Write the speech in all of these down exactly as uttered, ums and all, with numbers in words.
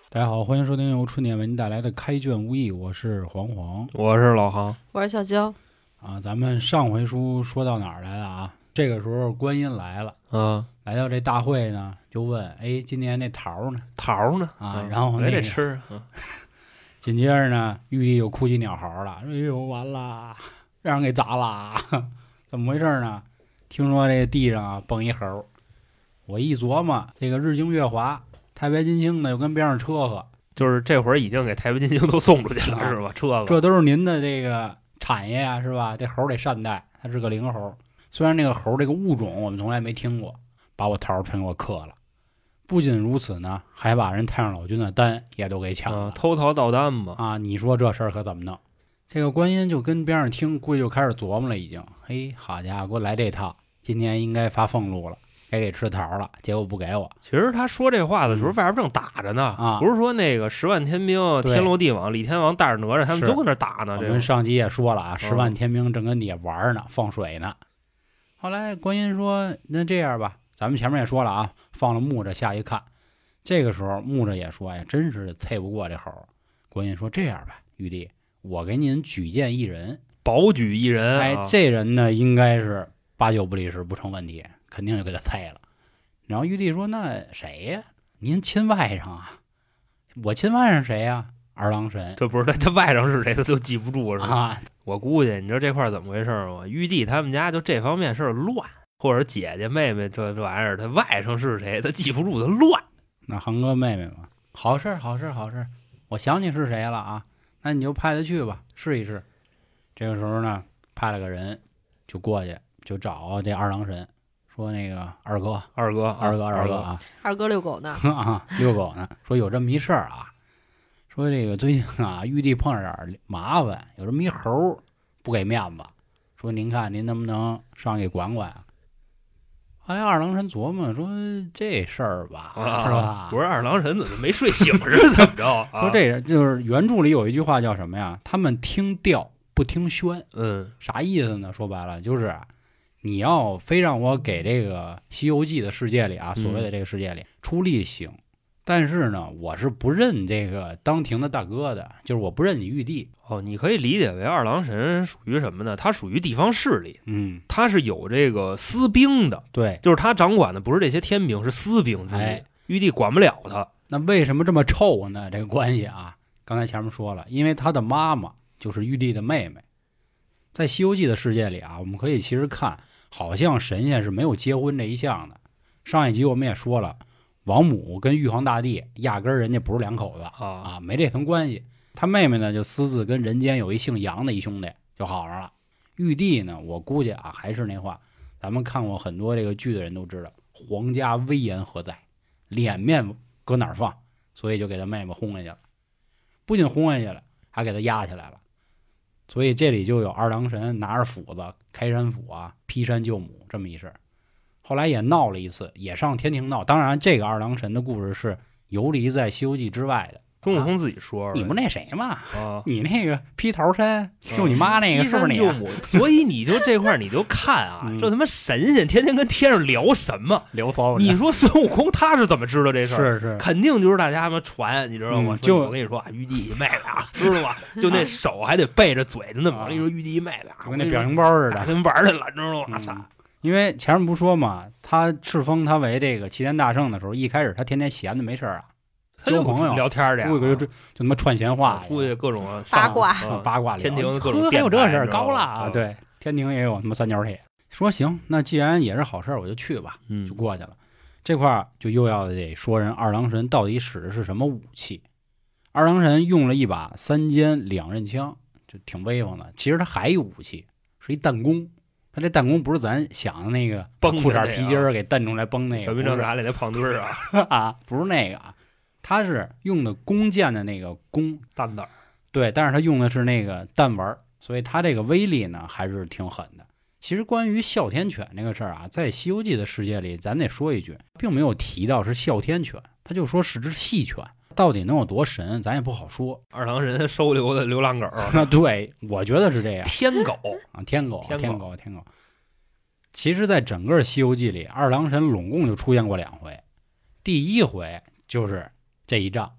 大家好，欢迎收听由春点为您带来的开卷无益，我是黄黄， 我是老杭， 我是小娇啊。咱们上回书说到哪儿来了啊？这个时候观音来了， 啊， 来到这大会呢，就问：哎，今年那桃呢？ 桃呢？ 啊，然后那得吃。啊、 紧接着呢，玉帝又哭起鸟嚎了，哎呦，完了，让人给砸了，怎么回事呢？听说这地上啊蹦一猴，我一琢磨，这个日精月华。太白金星的又跟边上车和， 就是这会儿已经给太白金星都送出去了，啊、是吧？车了， 这都是您的这个产业呀、啊，是吧？这猴得善待，它是个灵猴。虽然这个猴这个物种我们从来没听过，把我桃全给我克了。不仅如此呢，还把人太上老君的丹也都给抢了， 啊、偷桃盗丹嘛！ 啊，你说这事儿可怎么弄？这个观音就跟边上听，估计就开始琢磨了，已经。嘿，好家伙，给我来这套，今年应该发俸禄了。该给吃桃了，结果不给我。 其实他说这话的时候，外边正打着呢， 啊， 不是说那个十万天兵、天罗地网、李天王带着哪吒，他们都搁那打呢。 我们上集也说了啊， 嗯、 十万天兵正跟底下玩呢，放水呢。后来观音说：“那这样吧，咱们前面也说了啊，放了木吒下一看。这个时候木吒也说呀，真是菜不过这猴。观音说：这样吧，玉帝，我给您举荐一人， 保举一人。 哎， 啊、 这人呢，应该是八九不离十，不成问题。”肯定就给他菜了，然后玉帝说：“那谁呀？您亲外甥啊？我亲外甥谁呀？二郎神。 这不是他他外甥是谁，他都记不住是吧？ 啊、 我估计你知道这块怎么回事吗？玉帝他们家就这方面事儿乱，或者姐姐妹妹这这玩意儿，他外甥是谁，他记不住，他乱。 那航哥妹妹嘛，好事好事好事，我想你是谁了啊？那你就派他去吧，试一试。这个时候呢，派了个人就过去，就找这二郎神。”说那个二哥， 二哥， 二哥，二哥啊， 二哥遛狗呢啊，遛狗呢。说有这么一事儿啊，说这个最近啊，玉帝碰上点麻烦，有这么一猴不给面子，说您看您能不能上去管管啊？后来二郎神琢磨说这事儿吧， 啊、 是吧？ 不是二郎神怎么没睡醒是怎么着？啊、 说这就是原著里有一句话叫什么呀？他们听调不听宣， 嗯， 啥意思呢？说白了就是。你要非让我给这个《西游记》的世界里啊，所谓的这个世界里、嗯、出力行，但是呢，我是不认这个当庭的大哥的，就是我不认你玉帝。 哦，你可以理解为二郎神属于什么呢？他属于地方势力， 嗯， 他是有这个私兵的， 对， 就是他掌管的不是这些天兵，是私兵子弟， 哎、 玉帝管不了他。 那为什么这么臭呢？这个关系啊，刚才前面说了，因为他的妈妈就是玉帝的妹妹。在《西游记》的世界里啊，我们可以其实看。好像神仙是没有结婚这一项的。上一集我们也说了，王母跟玉皇大帝压根儿人家不是两口子啊啊，没这层关系。他妹妹呢就私自跟人间有一姓杨的一兄弟就好上了。玉帝呢，我估计啊还是那话，咱们看过很多这个剧的人都知道，皇家威严何在，脸面搁哪儿放，所以就给他妹妹轰下去了。不仅轰下去了，还给他压起来了。所以这里就有二郎神拿着斧子开山斧啊，劈山救母这么一事。后来也闹了一次，也上天庭闹。当然，这个二郎神的故事是游离在《西游记》之外的。 孙悟空自己说、啊：“ 你不那谁吗？ 啊， 你那个劈桃山救你妈那个、 啊、 是不是你、 啊？所以你就这块你就看啊， 嗯、 这他妈神仙天天跟天上聊什么？ 聊骚。 你说孙悟空他是怎么知道这事是儿？ 是， 肯定就是大家们传，你知道吗？ 嗯、就我跟你说啊，玉帝妹妹啊，知道吧？就那手还得背着嘴，就那么、啊、我跟你说，玉帝妹妹啊， 跟那表情包似的， 跟玩去了，知道吗？操、 嗯！因为前面不说嘛，他敕封他为这个齐天大圣的时候，一开始他天天闲的没事啊。”交朋友聊天去， 就就就他妈串闲话， 出去各种八卦、 嗯、八卦聊。 天庭各种还有这事儿高了啊！ 嗯、 对，天庭也有他妈三角铁。说行，那既然也是好事，我就去吧， 嗯， 就过去了。这块儿就又要得说人二郎神到底使的是什么武器。二郎神用了一把三尖两刃枪，就挺威风的。其实他还有武器，是一弹弓。他这弹弓不是咱想的那个崩裤衩皮筋儿给弹出来崩那个小兵张嘎里那胖墩儿啊啊，不是那个啊。他是用的弓箭的那个弓弹子， 对，但是他用的是那个弹丸，所以他这个威力呢还是挺狠的。其实关于哮天犬这个事儿啊，在《西游记》的世界里，咱得说一句，并没有提到是哮天犬，他就说是只细犬，到底能有多神，咱也不好说。 二郎神收留的流浪狗， 对，我觉得是这样。 天狗啊，天狗， 天狗， 天狗，天狗。其实，在整个《西游记》里，二郎神拢共就出现过两回，第一回就是这一仗，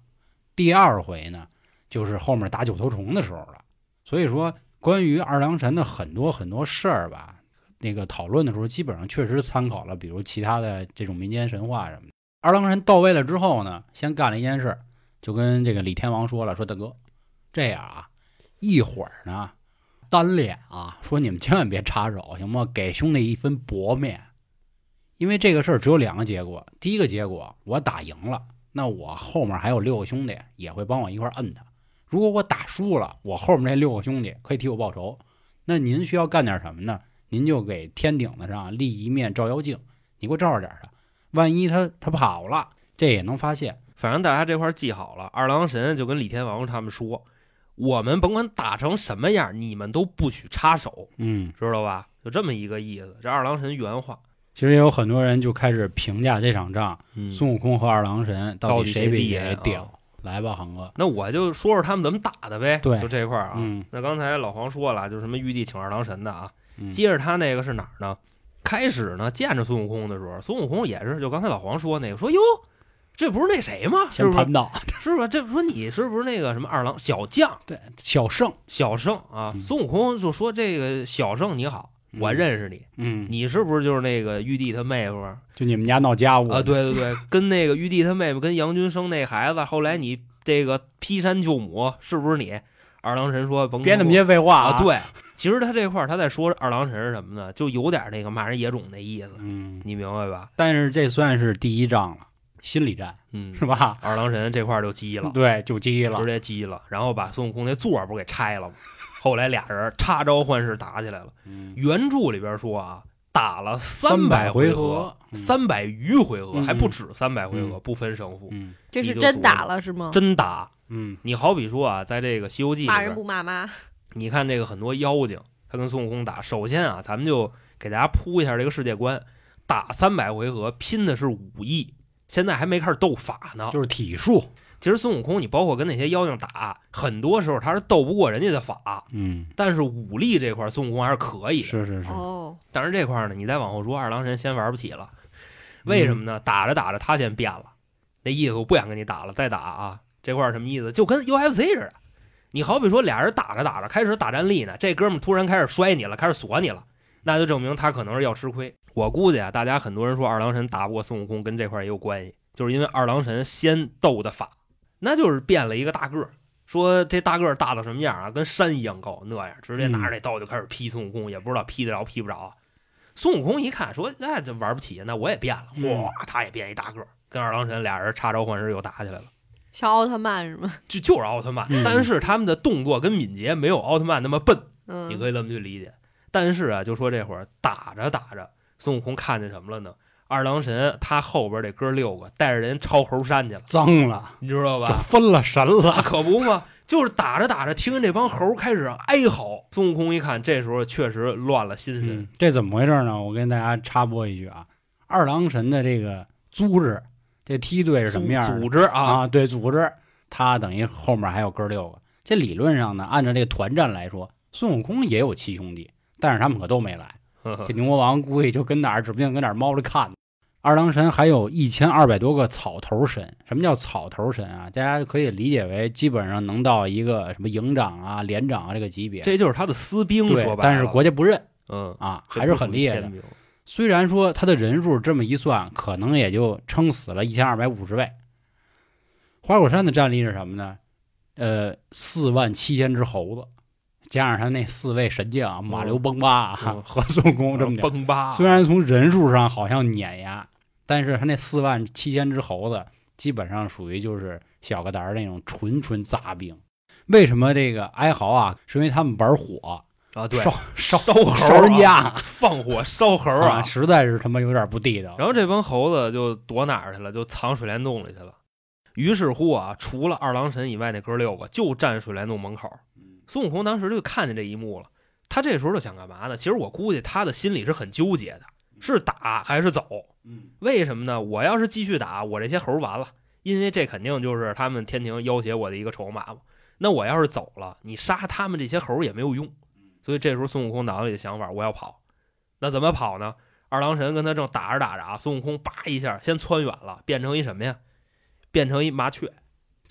第二回呢，就是后面打九头虫的时候了。所以说，关于二郎神的很多很多事儿吧，那个讨论的时候，基本上确实参考了，比如其他的这种民间神话什么的。二郎神到位了之后呢，先干了一件事，就跟这个李天王说了，说大哥，这样啊，一会儿呢，单练啊，说你们千万别插手，行吗？给兄弟一分薄面。因为这个事儿只有两个结果，第一个结果我打赢了，那我后面还有六个兄弟也会帮我一块摁他。如果我打输了，我后面那六个兄弟可以替我报仇。那您需要干点什么呢？您就给天顶子上立一面照妖镜，你给我照着点他，万一他他跑了，这也能发现。 反正大家这块记好了，二郎神就跟李天王他们说，我们甭管打成什么样，你们都不许插手， 嗯， 知道吧？就这么一个意思，这二郎神原话。 其实也有很多人就开始评价这场仗， 嗯、 孙悟空和二郎神到底谁比谁屌。 啊、 来吧，航哥。 那我就说说他们怎么打的呗。 对， 就这块啊、 嗯。 那刚才老黄说了，就是什么玉帝请二郎神的啊。 嗯、 接着他那个是哪儿呢？开始呢见着孙悟空的时候，孙悟空也是就刚才老黄说那个，说哟，这不是那谁吗？ 先盘道是吧？这说你是不是那个什么二郎小将？ 对，小圣， 小圣啊。 嗯、 孙悟空就说这个小圣你好。我认识你， 嗯， 你是不是就是那个玉帝他妹夫？ 就你们家闹家务啊？对对对，跟那个玉帝他妹妹跟杨军生那孩子，后来你这个劈山救母，是不是你？二郎神说：“甭别那么些废话啊！”对，其实他这块他在说二郎神是什么呢？就有点那个骂人野种那意思， 嗯， 你明白吧？ 但是这算是第一仗了，心理战， 嗯， 是吧？ 二郎神这块就急了， 对，就急了， 直接急了，然后把孙悟空那座不给拆了吗？后来俩人插招换式打起来了。 嗯、 原著里边说啊，打了三百回合，三百、嗯、余回合， 嗯、 还不止三百回合， 嗯、 不分胜负。 嗯， 这是真打了是吗？ 真打。 嗯， 你好比说啊，在这个《西游记》里边， 骂人不骂妈。 你看这个很多妖精，他跟孙悟空打，首先啊，咱们就给大家铺一下这个世界观。打三百回合，拼的是武艺，现在还没开始斗法呢， 就是体术。 其实孙悟空，你包括跟那些妖精打，很多时候他是斗不过人家的法， 嗯， 但是武力这块孙悟空还是可以的， 是是是。 哦， 但是这块呢，你再往后说，二郎神先玩不起了，为什么呢？嗯、打着打着他先变了，那意思我不想跟你打了，再打啊，这块什么意思？就跟 U F C 似的，你好比说俩人打着打着开始打战力呢，这哥们突然开始摔你了，开始锁你了，那就证明他可能是要吃亏。我估计啊，大家很多人说二郎神打不过孙悟空，跟这块也有关系，就是因为二郎神先斗的法。那就是变了一个大个儿，说这大个儿大到什么样啊？跟山一样高，那样直接拿着那刀就开始劈孙悟空，嗯、也不知道劈得着劈不着。孙悟空一看说：“哎，这玩不起，那我也变了。”哇，他也变一大个儿，跟二郎神俩人插招换式又打起来了， 像奥特曼是吗？ 就就是奥特曼， 嗯、 但是他们的动作跟敏捷没有奥特曼那么笨， 嗯、 你可以这么去理解。但是啊，就说这会儿打着打着，孙悟空看见什么了呢？二郎神他后边这哥六个带着人抄猴山去了， 脏了， 你知道吧？ 就分了神了， 可不嘛！就是打着打着，听见这帮猴开始哀嚎。孙悟空一看，这时候确实乱了心神。 嗯、这怎么回事呢？我跟大家插播一句啊，二郎神的这个组织，这梯队是什么样的？ 组织啊啊，对，组织，他等于后面还有哥六个。这理论上呢，按照这个团战来说，孙悟空也有七兄弟，但是他们可都没来。这牛魔王估计就跟哪儿，指不定跟哪儿猫着看。二郎神还有一千二百多个草头神。什么叫草头神啊？大家可以理解为基本上能到一个什么营长啊、连长啊这个级别。 这就是他的私兵，说白了， 但是国家不认， 嗯啊，还是很厉害的。虽然说他的人数这么一算，可能也就撑死了一千二百五十位。花果山的战力是什么呢？呃，四万七千只猴子。加上他那四位神将马流崩巴、 嗯、 和孙悟空这么点， 崩巴虽然从人数上好像碾压，但是他那四万七千只猴子基本上属于就是小个胆那种纯纯杂兵。为什么这个哀嚎啊？是因为他们玩火啊，对， 烧烧烧猴、啊、 烧人家， 放火烧猴啊， 啊，实在是他妈有点不地道。 然后这帮猴子就躲哪儿去了？就藏水帘洞里去了。于是乎啊，除了二郎神以外，那哥六个就站水帘洞门口。孙悟空当时就看见这一幕了，他这时候就想干嘛呢？其实我估计他的心里是很纠结的，是打还是走？为什么呢？我要是继续打，我这些猴完了，因为这肯定就是他们天庭要挟我的一个筹码嘛。那我要是走了，你杀他们这些猴也没有用。所以这时候孙悟空脑子里的想法，我要跑。那怎么跑呢？二郎神跟他正打着打着啊，孙悟空叭一下先窜远了，变成一什么呀？变成一麻雀。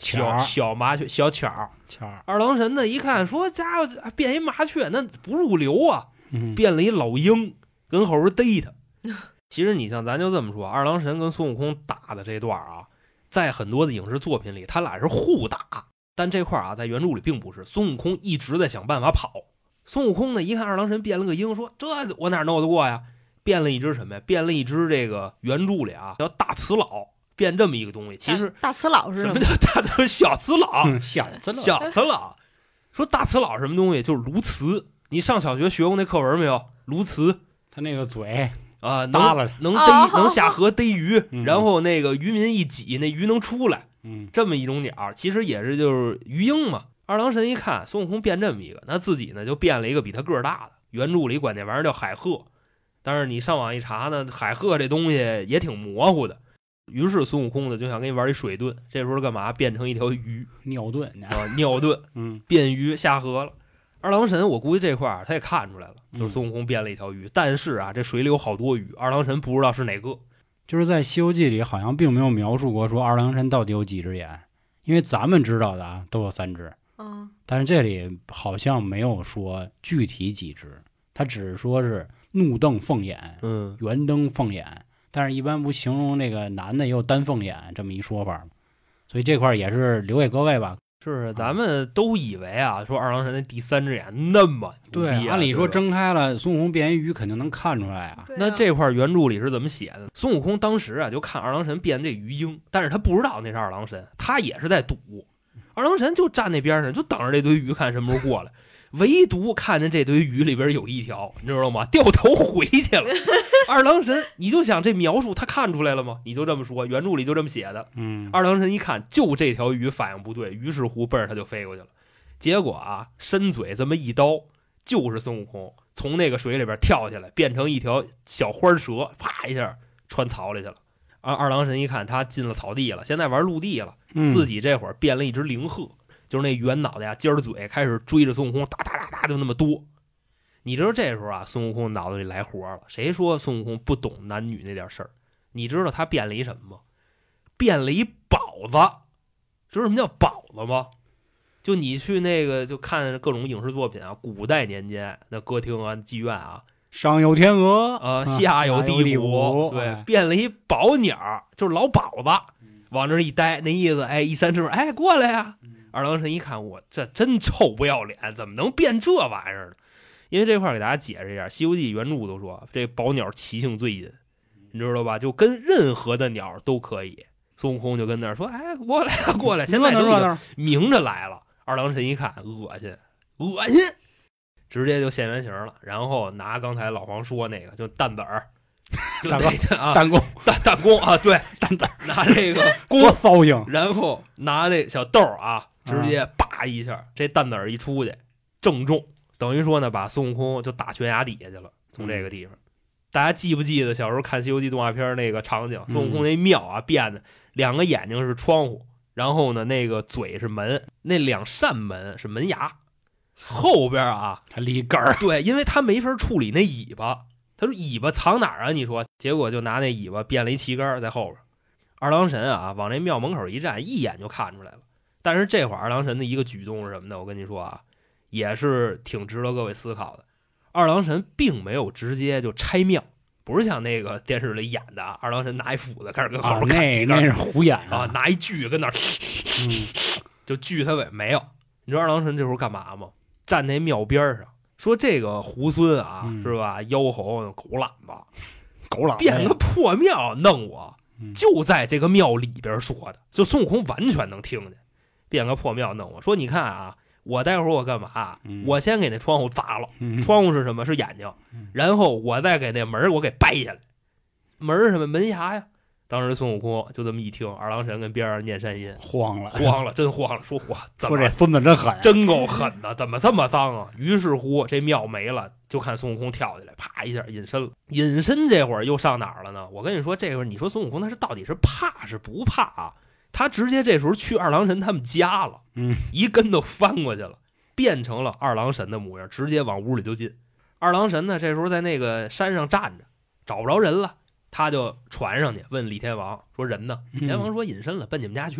小小麻雀小巧儿。 巧儿， 二郎神呢一看说家伙变一麻雀那不入流啊， 嗯， 变了一老鹰跟后边逮他。其实你像咱就这么说，二郎神跟孙悟空打的这段啊，在很多的影视作品里他俩是互打，但这块啊在原著里并不是，孙悟空一直在想办法跑。孙悟空呢一看二郎神变了个鹰，说这我哪弄得过呀，变了一只什么呀，变了一只这个原著里啊叫大雌老，变这么一个东西。其实大雌老是什么叫大雌小雌老？ 嗯小子了， 小雌老。说大雌老什么东西？就是鸬鹚。你上小学学过那课文没有？鸬鹚他那个嘴啊， 耷拉能能逮、 哦能下河逮鱼， 嗯然后那个渔民一挤，那鱼能出来， 嗯， 这么一种鸟，其实也是就是鱼鹰嘛。二郎神一看孙悟空变这么一个，那自己呢就变了一个比他个儿大的，原著里管那玩意儿叫海鹤，但是你上网一查呢，海鹤这东西也挺模糊的。于是孙悟空呢就想跟你玩一水遁，这时候干嘛？变成一条鱼尿遁啊，尿遁， 嗯， 变鱼下河了。二郎神我估计这块儿他也看出来了， 嗯就是孙悟空变了一条鱼，但是啊这水里有好多鱼，二郎神不知道是哪个。 就是在《西游记》里好像并没有描述过说二郎神到底有几只眼，因为咱们知道的啊都有三只， 嗯， 但是这里好像没有说具体几只，他只是说是怒瞪凤眼， 嗯， 圆瞪凤眼，但是一般不形容那个男的也有单凤眼这么一说法吗？所以这块也是留给各位吧。 是咱们都以为啊，说二郎神那第三只眼那么牛逼啊对，按理说对吧睁开了，孙悟空变一鱼肯定能看出来啊。 对啊那这块原著里是怎么写的？孙悟空当时啊就看二郎神变这鱼鹰，但是他不知道那是二郎神，他也是在赌。二郎神就站那边上，就等着这堆鱼看什么时候过来。唯独看见这堆鱼里边有一条，你知道吗？掉头回去了。二郎神，你就想这描述他看出来了吗？你就这么说，原著里就这么写的。 嗯， 二郎神一看，就这条鱼反应不对，于是乎奔着他就飞过去了。结果啊，伸嘴这么一刀，就是孙悟空从那个水里边跳下来，变成一条小花蛇，啪一下穿草里去了。二二郎神一看他进了草地了，现在玩陆地了， 嗯自己这会儿变了一只灵鹤，就是那圆脑袋呀、尖嘴，开始追着孙悟空，哒哒哒哒就那么多。你知道这时候啊，孙悟空脑子里来活了。谁说孙悟空不懂男女那点事儿？你知道他变了一什么吗？变了一宝子。知道什么叫宝子吗？就你去那个就看各种影视作品啊，古代年间那歌厅啊、妓院啊， 上有天鹅， 呃，下有地虎， 对， 哎变了一宝鸟，就是老鸨子，往这一待，那意思，哎，一扇翅膀，哎，过来呀！二郎神一看，我这真臭不要脸，怎么能变这玩意儿呢？因为这块儿给大家解释一下，《西游记》原著都说这宝鸟习性最阴，你知道吧？就跟任何的鸟都可以。孙悟空就跟那儿说：“哎，过来呀，过来！”现在都已经明着来了。二郎神一看，恶心，恶心，直接就现原形了。然后拿刚才老黄说那个，就弹子儿，就那个啊， 弹弓， 弹弹弓啊，对， 弹子， 拿这个弓多骚性， 然后拿那小豆啊，直接叭一下，这弹子儿一出去，正中，等于说呢，把孙悟空就打悬崖底下去了。从这个地方，大家记不记得小时候看《西游记》动画片那个场景？孙悟空那庙啊，变的两个眼睛是窗户。然后呢，那个嘴是门，那两扇门是门牙，后边啊， 他立根儿， 对，因为他没法处理那尾巴，他说尾巴藏哪儿啊？你说，结果就拿那尾巴变了一旗杆在后边。二郎神啊，往那庙门口一站，一眼就看出来了。但是这会儿二郎神的一个举动是什么呢？我跟你说啊，也是挺值得各位思考的。二郎神并没有直接就拆庙。不是像那个电视里演的，二郎神拿一斧子开始跟后边砍旗杆， 那那是虎眼啊，拿一锯跟那儿， 嗯， 就锯他尾。没有，你知道二郎神这时候干嘛吗？站那庙边上，说这个猢狲啊， 嗯、 是吧？妖猴狗懒子， 狗懒变个破庙弄我， 嗯、 就在这个庙里边说的，就孙悟空完全能听见。变个破庙弄我说，你看啊。我待会儿我干嘛？ 嗯、 我先给那窗户砸了， 嗯、 窗户是什么？是眼睛。 嗯、 然后我再给那门我给掰下来，门是什么？门牙呀。当时孙悟空就这么一听，二郎神跟边上念山音， 慌了， 慌了，真慌了，说我说这孙子真狠， 真够狠的，怎么这么脏啊？于是乎这庙没了，就看孙悟空跳起来，啪一下隐身了。隐身这会儿又上哪儿了呢？我跟你说，这会儿你说孙悟空他是到底是怕是不怕啊？他直接这时候去二郎神他们家了， 嗯， 一跟头翻过去了，变成了二郎神的模样，直接往屋里就进。二郎神呢，这时候在那个山上站着，找不着人了，他就传上去问李天王说：“人呢？”李天王说：“隐身了，奔你们家去了。”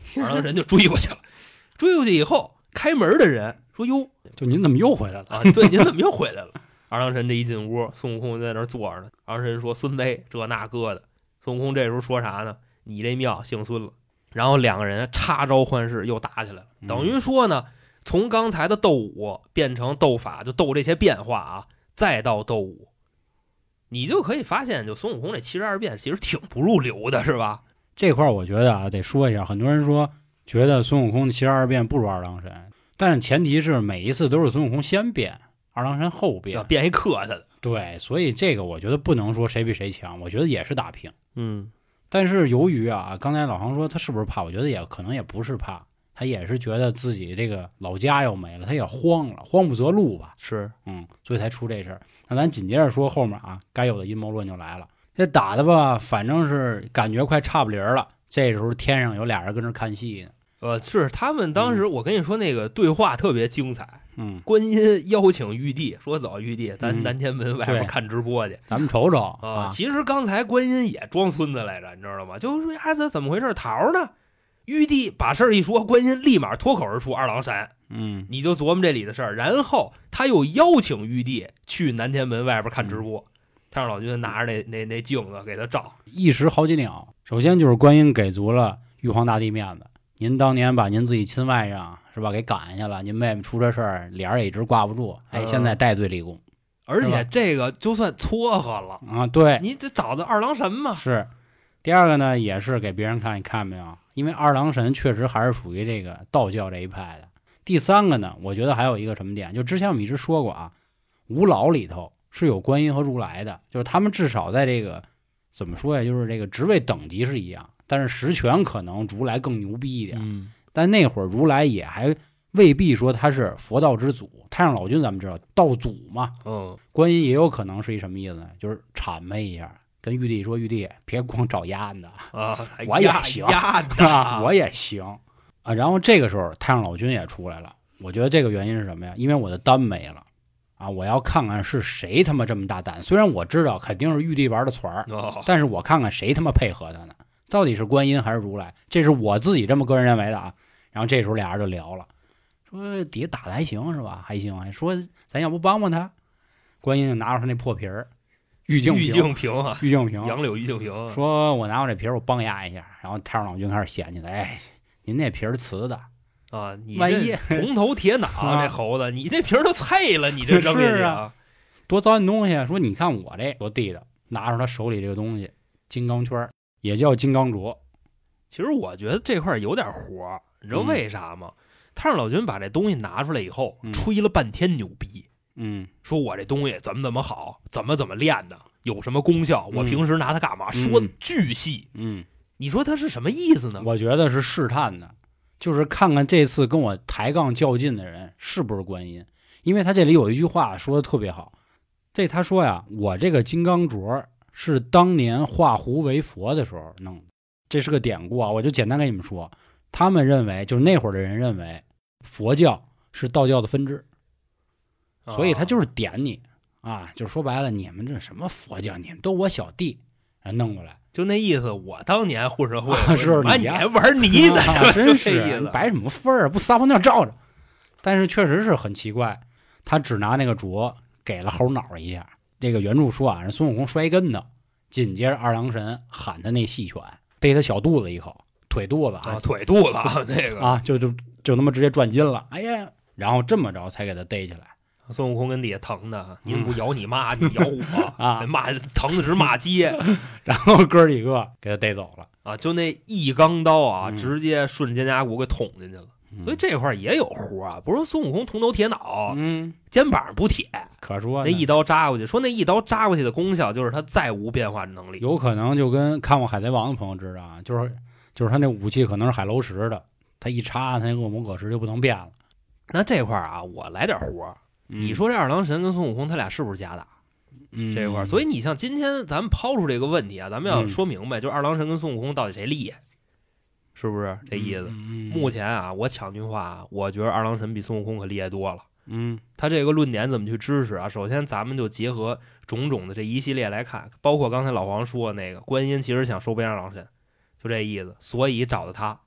二郎神就追过去了。追过去以后，开门的人说：“哟， 就您怎么又回来了啊？对，您怎么又回来了？”二郎神这一进屋，孙悟空在那儿坐着呢。二郎神说：“孙辈，这那个的。”孙悟空这时候说啥呢？你这庙姓孙了。然后两个人插招换式又打起来了，等于说呢，从刚才的斗武变成斗法，就斗这些变化啊，再到斗武，你就可以发现，就孙悟空这七十二变其实挺不入流的，是吧？ 这块我觉得啊，得说一下，很多人说觉得孙悟空七十二变不如二郎神，但是前提是每一次都是孙悟空先变，二郎神后变， 要变一磕他的。 对，所以这个我觉得不能说谁比谁强，我觉得也是打平。 嗯， 但是由于啊，刚才老黄说他是不是怕，我觉得也可能也不是怕，他也是觉得自己这个老家要没了，他也慌了，慌不择路吧。 是， 嗯，所以才出这事儿。那咱紧接着说后面啊，该有的阴谋论就来了。这打的吧，反正是感觉快差不离儿了。这时候天上有俩人跟着看戏呢。 呃，是他们当时，我跟你说那个对话特别精彩。 嗯， 观音邀请玉帝说：“走，玉帝，咱嗯南天门外边看直播去。 咱们瞅瞅啊。 啊。 其实刚才观音也装孙子来着，你知道吗？就说呀，这怎么回事？桃呢？玉帝把事儿一说，观音立马脱口而出二郎神。 嗯， 你就琢磨这里的事儿。然后他又邀请玉帝去南天门外边看直播。太上老君拿着那那那镜子给他照， 一石好几鸟。首先就是观音给足了玉皇大帝面子，您当年把您自己亲外甥是吧给赶下了，您妹妹出这事儿，脸儿也一直挂不住，哎，现在戴罪立功， 而且这个就算撮合了啊，对， 你这找的二郎神嘛。 是。第二个呢，也是给别人看，你看没有？因为二郎神确实还是属于这个道教这一派的。第三个呢，我觉得还有一个什么点，就之前我们一直说过啊，五老里头是有观音和如来的，就是他们至少在这个怎么说呀，就是这个职位等级是一样，但是实权可能如来更牛逼一点。 嗯， 但那会儿如来也还未必说他是佛道之祖，太上老君咱们知道道祖嘛， 嗯， 观音也有可能是一什么意思呢？就是谄媚一下，跟玉帝说：“玉帝别光找丫的啊， 我也行， 丫的我也行啊。”然后这个时候太上老君也出来了，我觉得这个原因是什么呀？因为我的丹没了。啊！我要看看是谁他妈这么大胆。虽然我知道肯定是玉帝玩的团儿， 哦， 但是我看看谁他妈配合他呢？到底是观音还是如来？这是我自己这么个人认为的啊。然后这时候俩人就聊了，说底下打的还行是吧？还行，还说咱要不帮帮他？观音就拿出他那破皮儿，玉净玉净瓶啊， 玉净瓶， 杨柳玉净瓶， 说我拿我这皮儿我帮压一下。然后太上老君开始嫌弃他，哎，您那皮儿瓷的。 啊，你万一铜头铁脑这猴子，你这皮儿都脆了，你这扔下去啊，多糟践东西！说你看我这多地道，拿出他手里这个东西，金刚圈也叫金刚镯。 其实我觉得这块有点活，你知道为啥吗？嗯、太上老君把这东西拿出来以后， 嗯、 吹了半天牛逼， 嗯， 说我这东西怎么怎么好，怎么怎么练的，有什么功效，我平时拿它干嘛， 嗯、 说巨细。 嗯， 你说他是什么意思呢？ 我觉得是试探的。就是看看这次跟我抬杠较劲的人是不是观音，因为他这里有一句话说的特别好，这他说呀，我这个金刚镯是当年化胡为佛的时候弄的，这是个典故啊，我就简单跟你们说，他们认为就是那会儿的人认为佛教是道教的分支，所以他就是点你啊，就说白了，你们这什么佛教，你们都我小弟，弄过来。 就那意思，我当年混社会， 啊、是你你还玩泥呢， 啊、真是意思， 摆什么分儿？不撒泡尿照着。但是确实是很奇怪，他只拿那个镯给了猴脑一下。这个原著说啊，人孙悟空摔一跟头，紧接着二郎神喊他那细拳，逮他小肚子一口，腿肚子啊， 啊腿肚子啊，那个啊，就就就他妈直接转筋了。哎呀，然后这么着才给他逮起来。 孙悟空跟底下疼的，您不咬你妈，你咬我啊！ 骂疼的直骂街， 然后哥几个给他逮走了啊！就那一钢刀啊， 嗯、 直接顺肩胛骨给捅进去了。嗯、所以这块也有活啊，不是说孙悟空铜头铁脑， 嗯， 肩膀不铁， 可说那一刀扎过去，说那一刀扎过去的功效就是他再无变化的能力。 有可能就跟看过《海贼王》的朋友知道啊，就是就是他那武器可能是海楼石的，他一插他那恶魔果实就不能变了。 那这块啊，我来点活。你说这二郎神跟孙悟空他俩是不是假打？ 嗯， 这块，所以你像今天咱们抛出这个问题啊，咱们要说明白，嗯、就是二郎神跟孙悟空到底谁厉害，是不是这意思？ 嗯嗯、 目前啊，我抢句话，我觉得二郎神比孙悟空可厉害多了。 嗯， 他这个论点怎么去支持啊？首先，咱们就结合种种的这一系列来看，包括刚才老黄说的那个观音其实想收编二郎神，就这意思，所以找的他。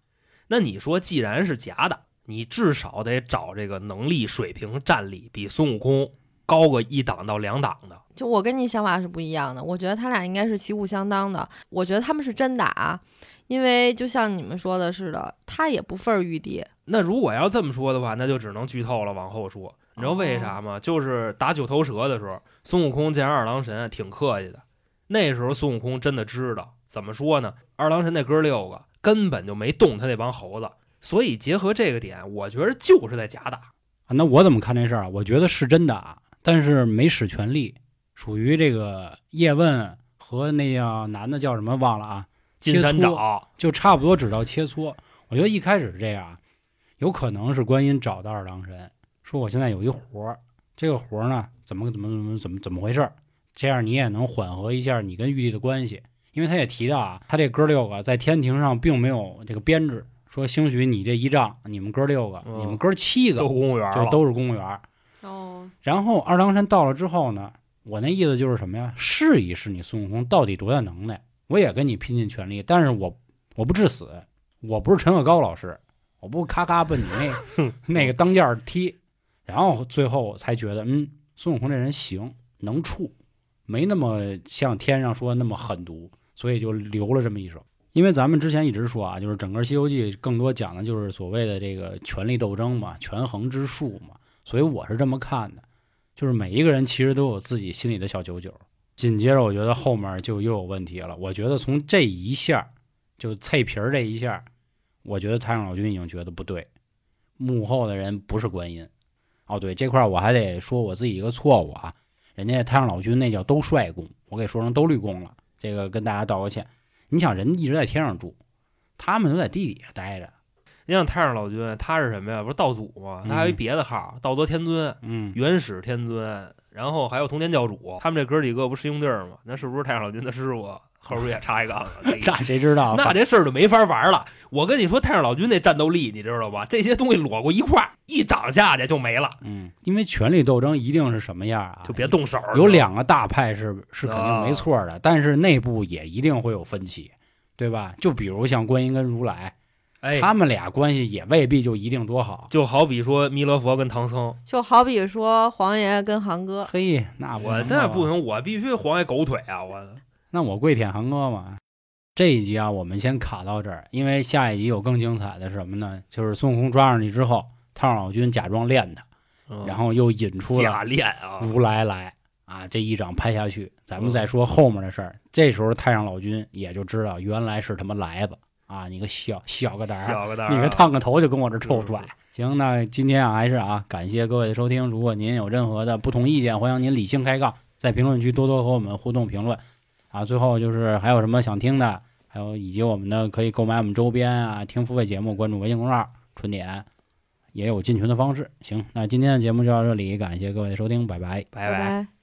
那你说既然是假打，你至少得找这个能力、水平、战力比孙悟空高个一档到两档的。 就我跟你想法是不一样的，我觉得他俩应该是旗鼓相当的。我觉得他们是真打，因为就像你们说的似的，他也不份儿玉帝。 那如果要这么说的话，那就只能剧透了，往后说。你知道为啥吗？就是打九头蛇的时候，孙悟空见二郎神挺客气的。那时候孙悟空真的知道怎么说呢？二郎神那哥六个根本就没动他那帮猴子，所以结合这个点，我觉得就是在假打。 啊，那我怎么看这事儿啊？我觉得是真打，但是没使全力，属于这个叶问和那个男的叫什么忘了啊， 金山爪就差不多只到切磋。我觉得一开始是这样，有可能是观音找到二郎神，说我现在有一活儿，这个活儿呢怎么怎么怎么怎么怎么回事，这样你也能缓和一下你跟玉帝的关系。因为他也提到啊，他这哥六个在天庭上并没有这个编制，说兴许你这一仗你们哥六个、嗯、你们哥七个都公务员就都是公务员哦。 然后二郎神到了之后呢，我那意思就是什么呀？试一试你孙悟空到底多大能耐，我也跟你拼尽全力，但是我我不致死，我不是陈可高老师，我不咔咔奔你那那个当间踢。然后最后才觉得，嗯，孙悟空这人行，能处，没那么像天上说那么狠毒，所以就留了这么一手。因为咱们之前一直说啊，就是整个《西游记》更多讲的就是所谓的这个权力斗争嘛，权衡之术嘛，所以我是这么看的，就是每一个人其实都有自己心里的小九九。紧接着我觉得后面就又有问题了，我觉得从这一下就脆皮儿这一下，我觉得太上老君已经觉得不对，幕后的人不是观音。哦，对，这块我还得说我自己一个错误啊，人家太上老君那叫兜率宫，我给说成兜率宫了，这个跟大家道个歉。你想人一直在天上住，他们都在地底下待着。 你像太上老君，他是什么呀？不是道祖吗？他还有一别的号，嗯、道德天尊， 嗯， 元始天尊，然后还有通天教主，他们这哥几个不师兄弟吗？那是不是太上老君的师傅？后边也插一杠子， 那谁知道？ 那这事儿就没法玩了。我跟你说，太上老君那战斗力，你知道吧？这些东西裸过一块儿，一掌下去就没了。 嗯，因为权力斗争一定是什么样啊？ 就别动手。 有两个大派是是肯定没错的，啊、但是内部也一定会有分歧，对吧？就比如像观音跟如来， 哎， 他们俩关系也未必就一定多好。 就好比说弥勒佛跟唐僧， 就好比说黄爷跟航哥。 嘿，那我那不行，我必须黄爷狗腿啊！我那我跪舔航哥嘛。这一集啊，我们先卡到这儿，因为下一集有更精彩的是什么呢？就是孙悟空抓上去之后，太上老君假装练他，嗯、然后又引出了假练啊如来来啊，这一掌拍下去，咱们再说后面的事儿。嗯、这时候太上老君也就知道原来是他妈来子啊，你个小小个胆儿， 小个胆儿， 你个烫个头就跟我这臭拽。嗯、行，那今天啊还是啊，感谢各位的收听。如果您有任何的不同意见，欢迎您理性开杠，在评论区多多和我们互动评论啊。最后就是还有什么想听的？还有以及我们的可以购买我们周边啊，听付费节目，关注微信公众号春点，也有进群的方式。行，那今天的节目就到这里，感谢各位的收听，拜拜， 拜拜拜。